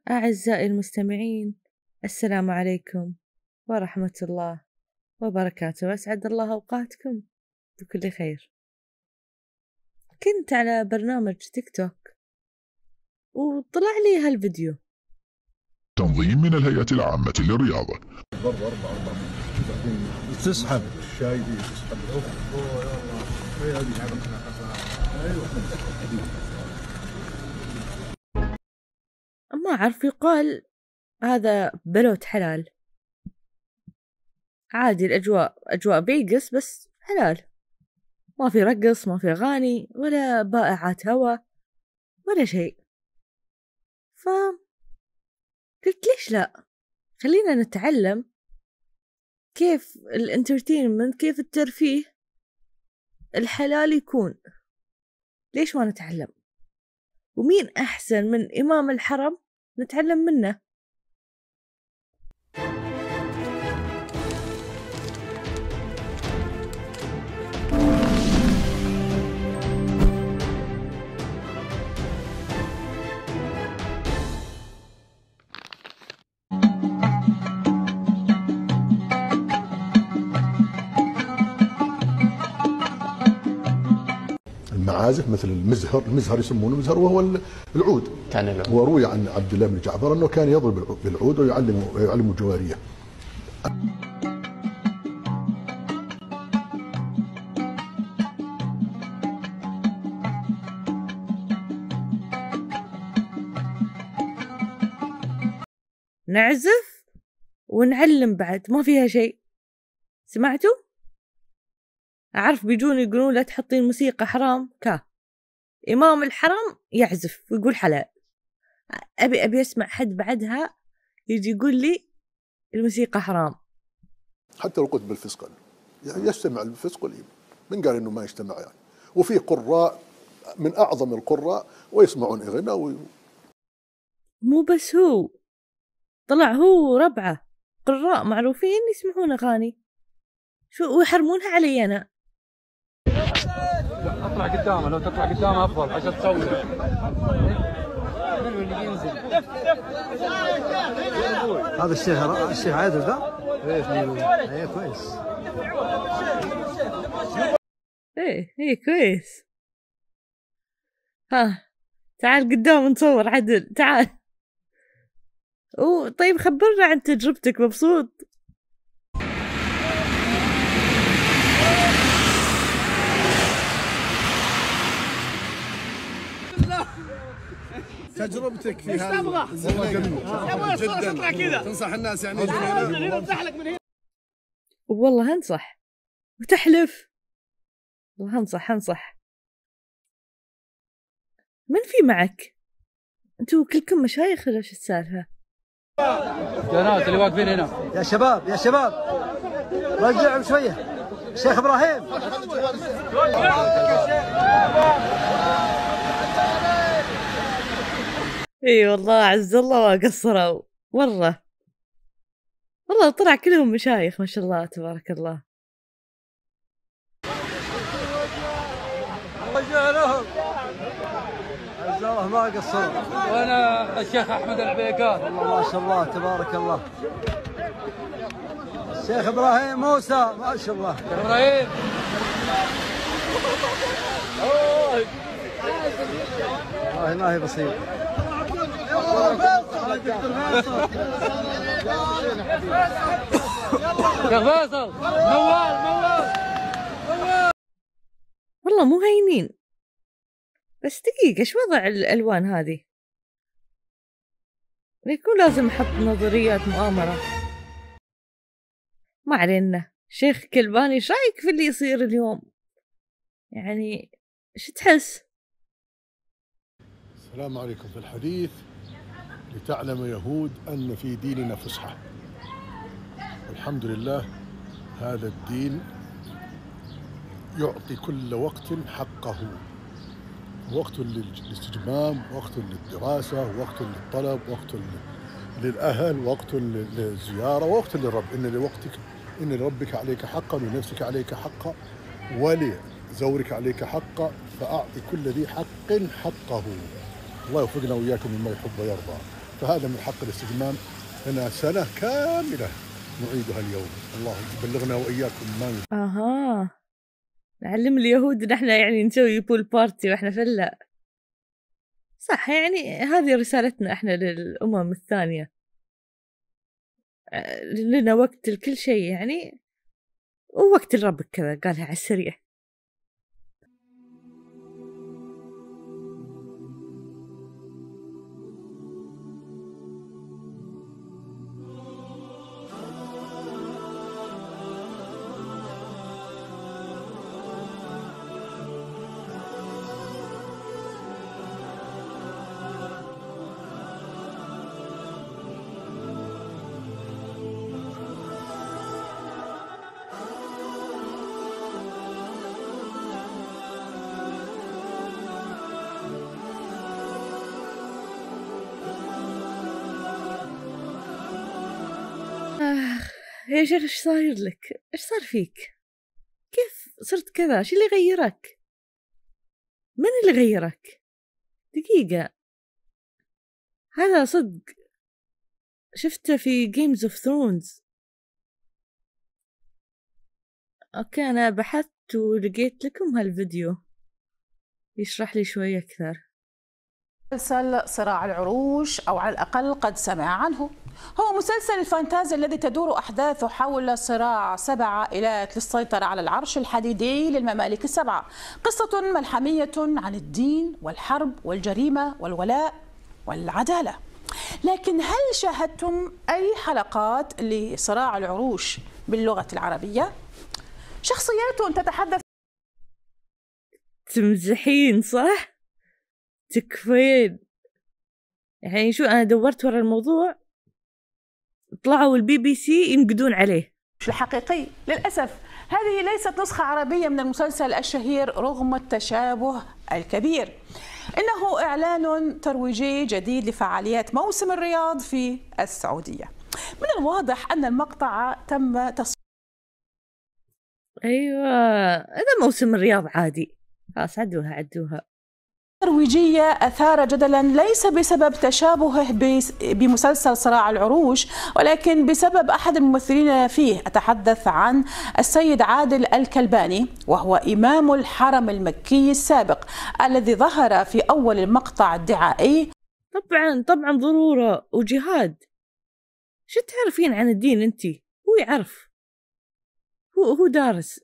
أعزائي المستمعين، السلام عليكم ورحمة الله وبركاته. أسعد الله أوقاتكم بكل خير. كنت على برنامج تيك توك وطلع لي هالفيديو. تنظيم من الهيئة العامة للرياضة. تسحب الشاي دي تسحب ما أعرف، يقال هذا بلوت حلال عادي، الأجواء أجواء فيغاس بس حلال، ما في رقص، ما في أغاني ولا بائعات هوا ولا شيء. قلت ليش لا، خلينا نتعلم كيف الانترتينمنت، كيف الترفيه الحلال يكون. ليش ما نتعلم؟ ومين أحسن من إمام الحرم نتعلم منه؟ المعازف مثل المزهر يسمونه المزهر، وهو العود. كان العود. وروي عن عبد الله بن جعفر انه كان يضرب بالعود ويعلم جواريه. نعزف ونعلم بعد، ما فيها شيء. سمعتوا؟ أعرف بيجون يقولون لا تحطين موسيقى حرام، إمام الحرم يعزف ويقول حلال. أبي أسمع حد بعدها يجي يقول لي الموسيقى حرام. حتى لو قلت بالفسق يعني يجتمع الفسق والإيمان، من قال إنه ما يجتمع يعني؟ وفي قراء من أعظم القراء ويسمعون إغنى مو بس هو، طلع هو ربعه قراء معروفين يسمعون أغاني، شو ويحرمونها علي أنا. اطلع قدامه، لو تطلع قدامه افضل عشان تصور. هذا الشيخ عادل ذا؟ ايه كويس. ايه كويس. ها تعال قدام نصور عدل، تعال. طيب خبرنا عن تجربتك، مبسوط؟ تجربتك في هذا والله جدا تنصح الناس يعني يجون هنا؟ والله انصح وتحلف. والله انصح. من في معك؟ انتوا كلكم مشايخ ولا شو السالفه؟ يا ناس اللي واقفين هنا، يا شباب رجعوا شويه. شيخ ابراهيم اي والله عز الله وقصروا والله طلع كلهم مشايخ ما شاء الله تبارك الله. رجعوا عز الله ما قصروا. وانا الشيخ احمد العبيكات، والله ما شاء الله تبارك الله. الشيخ ابراهيم موسى ما شاء الله. شيخ ابراهيم والله ما هي بسيط. شيخ فيصل موال والله مو هينين. بس دقيقة، ايش وضع الألوان هذه؟ يكون لازم أحط نظريات مؤامرة. ما علينا. شيخ كلباني، ايش رايك في اللي يصير اليوم؟ يعني ايش تحس؟ السلام عليكم. في الحديث لتعلم يهود أن في ديننا فسحة. الحمد لله هذا الدين يعطي كل وقت حقه، وقت للاستجمام، وقت للدراسة، وقت للطلب، وقت للأهل، وقت للزيارة، وقت للرب. إن لربك عليك حقا، ولنفسك عليك حقا، ولزورك عليك حقا، فأعطي كل ذي حق حقه. الله يوفقنا وإياكم مما يحب ويرضى. فهذا من حق الاستجمام لنا سنة كاملة نعيدها اليوم. الله يبلغنا وإياكم ما اها، نعلم اليهود نحن يعني نسوي بول بارتي واحنا فلا. صح، يعني هذه رسالتنا احنا للأمم الثانية، لنا وقت لكل شيء يعني، ووقت الرب كذا قالها على السريع. يا شيخ ايش صاير لك؟ ايش صار فيك؟ كيف صرت كذا؟ شو اللي غيرك؟ من اللي غيرك؟ دقيقة، هذا صدق شفته في Games of Thrones. اوكي، انا بحثت ولقيت لكم هالفيديو يشرح لي شوي اكثر. مسلسل صراع العروش، أو على الأقل قد سمع عنه. هو مسلسل الفانتازيا الذي تدور أحداثه حول صراع 7 عائلات للسيطرة على العرش الحديدي للممالك ال7. قصة ملحمية عن الدين والحرب والجريمة والولاء والعدالة. لكن هل شاهدتم أي حلقات لصراع العروش باللغة العربية؟ شخصيات تتحدث. تمزحين صح؟ تكفين يعني. شو، أنا دورت ورا الموضوع طلعوا الBBC ينقدون عليه. الحقيقي للأسف هذه ليست نسخة عربية من المسلسل الشهير رغم التشابه الكبير. إنه إعلان ترويجي جديد لفعاليات موسم الرياض في السعودية. من الواضح أن المقطع تم تصويره. أيوة، هذا موسم الرياض عادي، خلاص عدوها. ترويجية أثار جدلا ليس بسبب تشابهه بمسلسل صراع العروش، ولكن بسبب أحد الممثلين فيه. أتحدث عن السيد عادل الكلباني، وهو إمام الحرم المكي السابق الذي ظهر في أول المقطع الدعائي. طبعا ضرورة وجهاد. شو تعرفين عن الدين انتي؟ هو يعرف، هو دارس.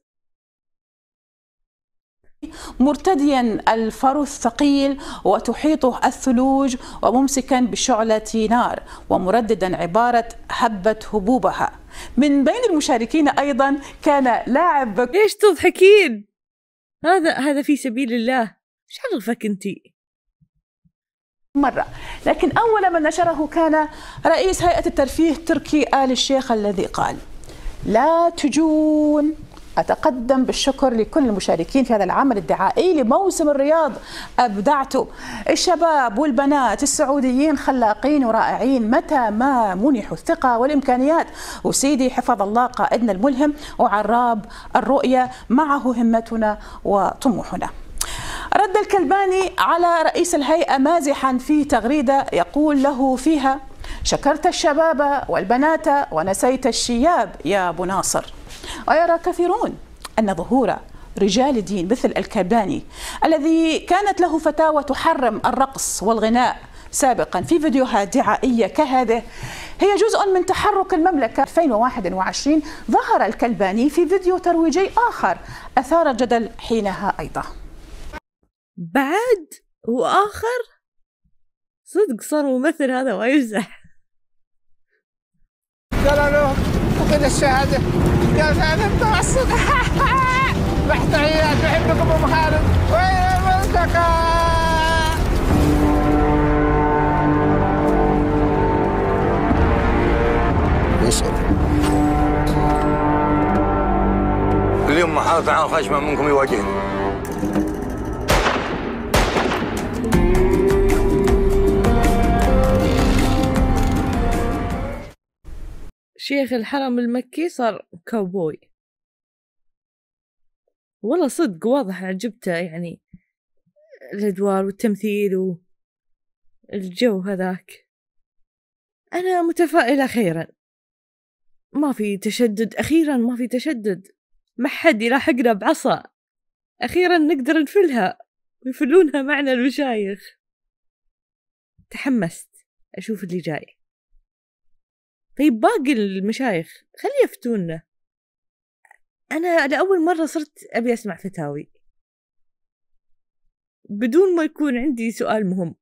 مرتديا الفرو الثقيل وتحيطه الثلوج، وممسكا بشعلة نار، ومرددا عبارة هبت هبوبها. من بين المشاركين أيضا كان لاعب. ليش تضحكين؟ هذا في سبيل الله، ايش عرفك انتي؟ مرة، لكن أول من نشره كان رئيس هيئة الترفيه التركي آل الشيخ، الذي قال: لا تجون. أتقدم بالشكر لكل المشاركين في هذا العمل الدعائي لموسم الرياض. أبدعتوا. الشباب والبنات السعوديين خلاقين ورائعين متى ما منحوا الثقة والإمكانيات. وسيدي حفظ الله قائدنا الملهم وعراب الرؤية، معه همتنا وطموحنا. رد الكلباني على رئيس الهيئة مازحا في تغريدة يقول له فيها: شكرت الشباب والبنات ونسيت الشياب يا أبو ناصر. ويرى كثيرون أن ظهور رجال دين مثل الكلباني، الذي كانت له فتاوى تحرم الرقص والغناء سابقا في فيديوهات دعائية كهذه، هي جزء من تحرك المملكة. 2021 ظهر الكلباني في فيديو ترويجي آخر أثار الجدل حينها أيضا. بعد وآخر صدق صار ممثل، هذا ما يمزح. قالوا له وكذا الشهادة، قال أنا متوسط. تحيات، بحبكم أبو خالد. وين المنطقة؟ وصل اليوم محافظ عن خشمة منكم يواجهني. شيخ الحرم المكي صار كاوبوي. والله صدق واضح عجبته، يعني الأدوار والتمثيل والجو هذاك. أنا متفائلة خيرا، ما في تشدد، أخيرا ما في تشدد، ما حد يلاحقنا بعصا، أخيرا نقدر نفلها ويفلونها معنا المشايخ. تحمست أشوف اللي جاي. طيب باقي المشايخ خليه يفتونا. أنا لأول مرة صرت أبي أسمع فتاوي بدون ما يكون عندي سؤال مهم.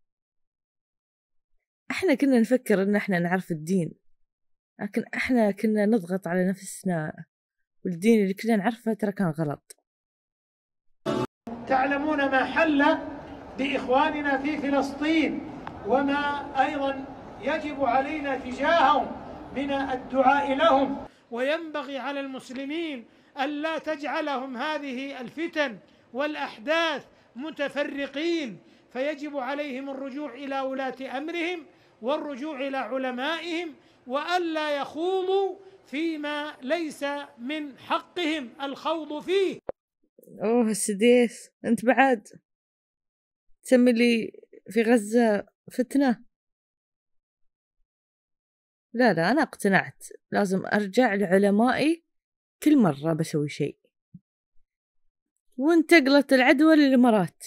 احنا كنا نفكر ان احنا نعرف الدين، لكن احنا كنا نضغط على نفسنا، والدين اللي كنا نعرفه ترى كان غلط. تعلمون ما حل بإخواننا في فلسطين وما أيضا يجب علينا تجاههم من الدعاء لهم، وينبغي على المسلمين ألا تجعلهم هذه الفتن والأحداث متفرقين، فيجب عليهم الرجوع إلى ولاة أمرهم والرجوع إلى علمائهم، وألا يخوضوا فيما ليس من حقهم الخوض فيه. أوه السديس، أنت بعد تسمي لي في غزة فتنة؟ لا أنا اقتنعت، لازم أرجع لعلمائي كل مرة بسوي شيء. وانتقلت العدوى للإمارات،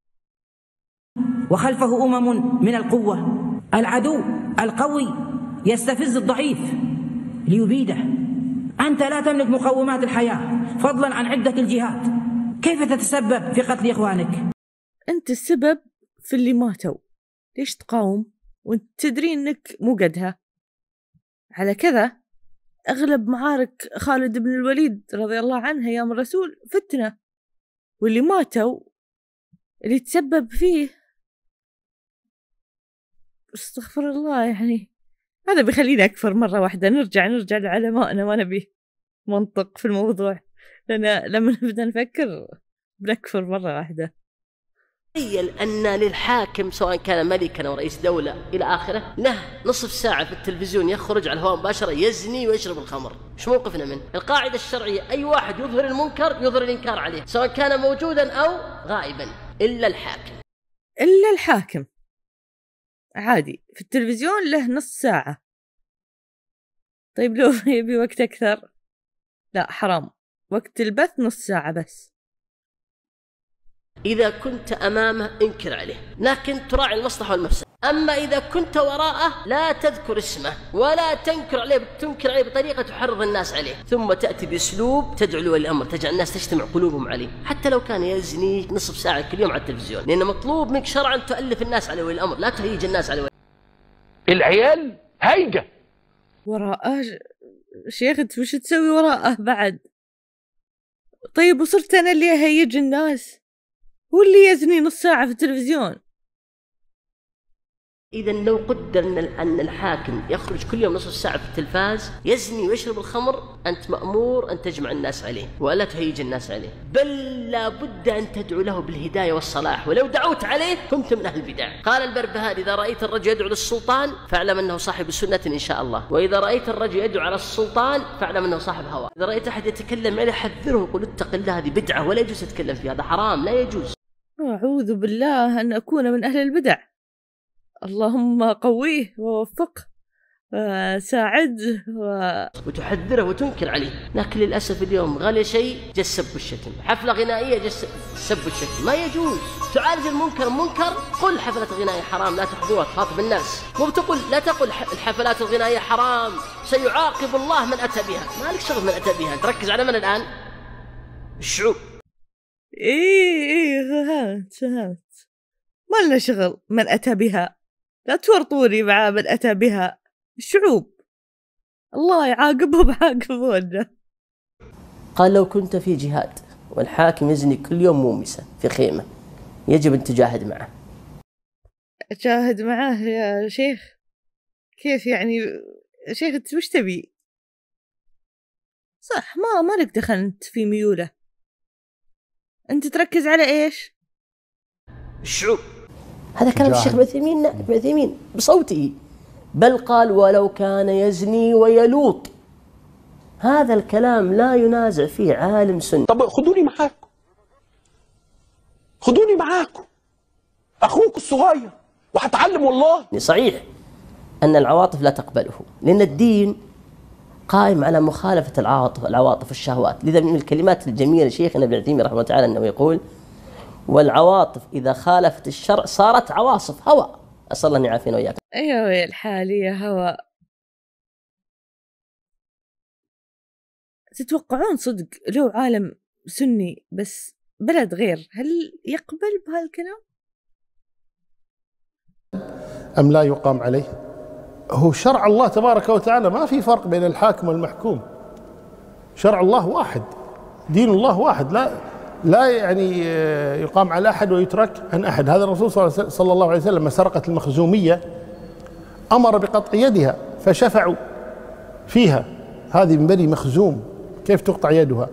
وخلفه أمم من القوة. العدو القوي يستفز الضعيف ليبيده. أنت لا تملك مقومات الحياة فضلا عن عدة الجهات، كيف تتسبب في قتل إخوانك؟ أنت السبب في اللي ماتوا، ليش تقاوم وانت تدري أنك مو قدها؟ على كذا أغلب معارك خالد بن الوليد رضي الله عنه أيام الرسول فتنة، واللي ماتوا اللي تسبب فيه استغفر الله. يعني هذا بيخليني أكفر مرة واحدة. نرجع لعلمائنا، ما نبي منطق في الموضوع، لأن لما نبدأ نفكر بنكفر مرة واحدة. تخيل أن للحاكم سواء كان ملكا أو رئيس دولة إلى آخره له نصف ساعة في التلفزيون يخرج على الهواء مباشرة يزني ويشرب الخمر. إيش موقفنا منه؟ القاعدة الشرعية أي واحد يظهر المنكر يظهر الإنكار عليه سواء كان موجودا أو غائبا، إلا الحاكم عادي في التلفزيون له نص ساعة. طيب لو يبي وقت أكثر، لا حرام، وقت البث نص ساعة بس. إذا كنت أمامه انكر عليه، لكن تراعي المصلحة والمفسدة. أما إذا كنت وراءه لا تذكر اسمه ولا تنكر عليه بطريقة تحرض الناس عليه، ثم تأتي بأسلوب تدعو لولي الأمر، تجعل الناس تجتمع قلوبهم عليه حتى لو كان يزني نصف ساعة كل يوم على التلفزيون، لأن مطلوب منك شرعا تؤلف الناس على ولي الأمر، لا تهيج الناس على ولي العيال هيجة وراءه. شيخ وش تسوي وراءه بعد؟ طيب وصرت أنا اللي أهيج الناس، هو اللي يزني نص ساعة في التلفزيون. إذا لو قدر أن الحاكم يخرج كل يوم نصف ساعة في التلفاز يزني ويشرب الخمر، أنت مأمور أن تجمع الناس عليه ولا تهيج الناس عليه، بل لا بد أن تدعو له بالهداية والصلاح، ولو دعوت عليه كنت من أهل البدع. قال البربهاري: إذا رأيت الرجل يدعو للسلطان فاعلم أنه صاحب سنة إن شاء الله، وإذا رأيت الرجل يدعو على السلطان فاعلم أنه صاحب هوى. إذا رأيت أحد يتكلم عليه حذره، قل اتق الله، هذه بدعة ولا يجوز تتكلم فيها، هذا حرام لا يجوز. أعوذ بالله أن أكون من أهل البدع. اللهم قويه ووفقه وساعده وتحذره وتنكر عليه. لكن للأسف اليوم غالي شيء جسب والشتم، حفلة غنائية جسب والشتم، ما يجوز. تعالج المنكر منكر، قل حفلة غنائية حرام لا تحضروها تخاطب الناس، مو بتقول لا تقل الحفلات الغنائية حرام سيعاقب الله من أتى بها، ما لك شغل من أتى بها، تركز على من الآن؟ الشعوب. إيه فهمت، ما لنا شغل من أتى بها، لا تورطوني مع من أتى بها. الشعوب الله يعاقبهم عاقبونا. قال: لو كنت في جهاد والحاكم يزني كل يوم مومسة في خيمة يجب أن تجاهد معه. أجاهد معه يا شيخ؟ كيف يعني شيخ؟ أنت وش تبي؟ صح، ما لك دخل أنت في ميوله، أنت تركز على إيش؟ الشعوب. هذا كلام الشيخ ابن عثيمين بصوته، بل قال: ولو كان يزني ويلوط. هذا الكلام لا ينازع فيه عالم سنة. طب خذوني معاكم، أخوك الصغير وهتعلم والله. صحيح، أن العواطف لا تقبله، لأن الدين قائم على مخالفة العواطف الشهوات. لذا من الكلمات الجميلة شيخنا ابن عثيمين رحمه الله تعالى أنه يقول: والعواطف إذا خالفت الشرع صارت عواصف هوى. أسأل الله أن يعافينا وإياكم. أيوة يا الحالي يا هوى. تتوقعون صدق لو عالم سني بس بلد غير هل يقبل بهالكلام؟ أم لا يقام عليه؟ هو شرع الله تبارك وتعالى ما في فرق بين الحاكم والمحكوم. شرع الله واحد، دين الله واحد، لا يعني يقام على أحد ويترك عن أحد. هذا الرسول صلى الله عليه وسلم لما سرقت المخزومية أمر بقطع يدها فشفعوا فيها، هذه من بني مخزوم كيف تقطع يدها؟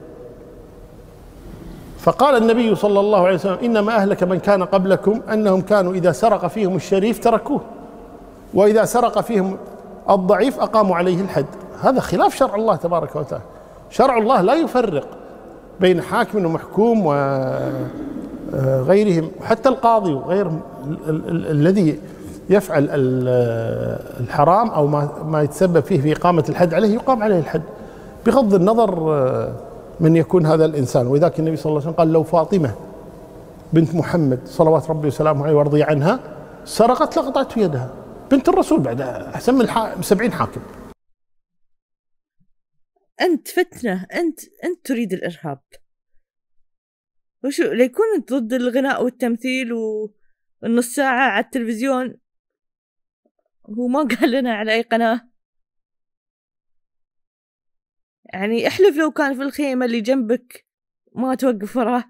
فقال النبي صلى الله عليه وسلم: إنما أهلك من كان قبلكم أنهم كانوا إذا سرق فيهم الشريف تركوه، وإذا سرق فيهم الضعيف أقاموا عليه الحد. هذا خلاف شرع الله تبارك وتعالى. شرع الله لا يفرق بين حاكم ومحكوم وغيرهم، وحتى القاضي وغيرهم الذي يفعل الحرام أو ما يتسبب فيه في إقامة الحد عليه يقام عليه الحد بغض النظر من يكون هذا الإنسان. وذاك النبي صلى الله عليه وسلم قال: لو فاطمة بنت محمد صلوات ربي وسلامه عليه وارضي عنها سرقت لقطعت يدها. بنت الرسول بعد أحسن من 70 حاكم. أنت فتنة، أنت تريد الإرهاب. وشو ليكون أنت ضد الغناء والتمثيل والنص ساعة على التلفزيون؟ هو ما قال لنا على أي قناة. يعني احلف لو كان في الخيمة اللي جنبك ما توقف وراه.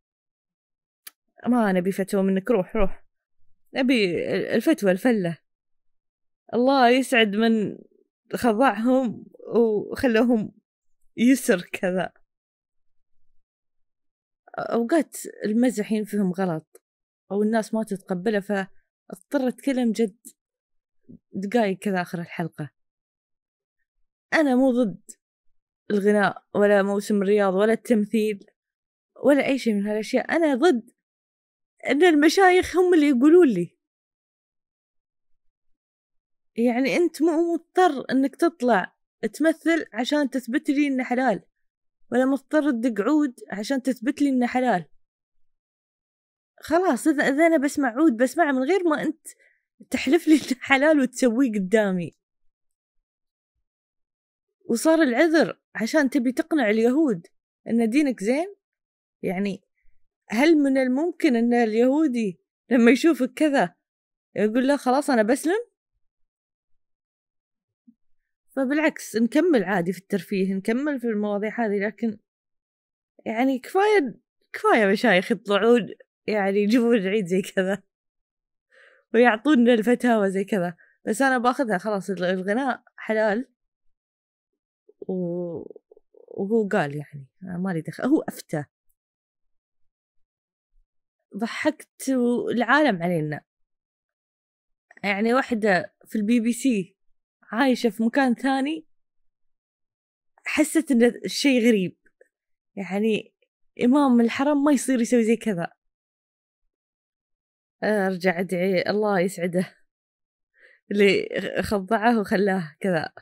ما نبي فتوى منك، روح نبي الفتوى الفلة. الله يسعد من خضعهم وخلوهم يسر كذا. أوقات المزح ينفهم غلط أو الناس ما تتقبله، فاضطر أتكلم جد دقايق كذا آخر الحلقة. أنا مو ضد الغناء ولا موسم الرياض ولا التمثيل ولا أي شيء من هالأشياء. أنا ضد أن المشايخ هم اللي يقولون لي. يعني أنت مو مضطر أنك تطلع تمثل عشان تثبت لي إنه حلال، ولا مضطر تدق عود عشان تثبت لي إنه حلال. خلاص إذا أنا بسمع عود بسمعه من غير ما أنت تحلف لي إنه حلال وتسويه قدامي. وصار العذر عشان تبي تقنع اليهود أن دينك زين. يعني هل من الممكن أن اليهودي لما يشوفك كذا يقول له خلاص أنا بسلم؟ فبالعكس نكمل عادي في الترفيه، نكمل في المواضيع هذه، لكن يعني كفاية مشايخ يطلعون يعني يجيبون العيد زي كذا ويعطونا الفتاوى زي كذا. بس أنا باخذها خلاص الغناء حلال وهو قال يعني ما لي دخل، هو أفتى. ضحكت العالم علينا. يعني واحدة في الBBC عايشة في مكان ثاني حست إن الشيء غريب. يعني إمام الحرم ما يصير يسوي زي كذا. أرجع أدعي الله يسعده اللي خضعه وخلاه كذا.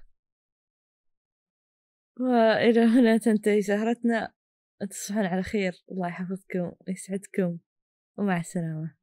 وإلى هنا تنتهي سهرتنا. تصبحون على خير، الله يحفظكم ويسعدكم، ومع السلامة.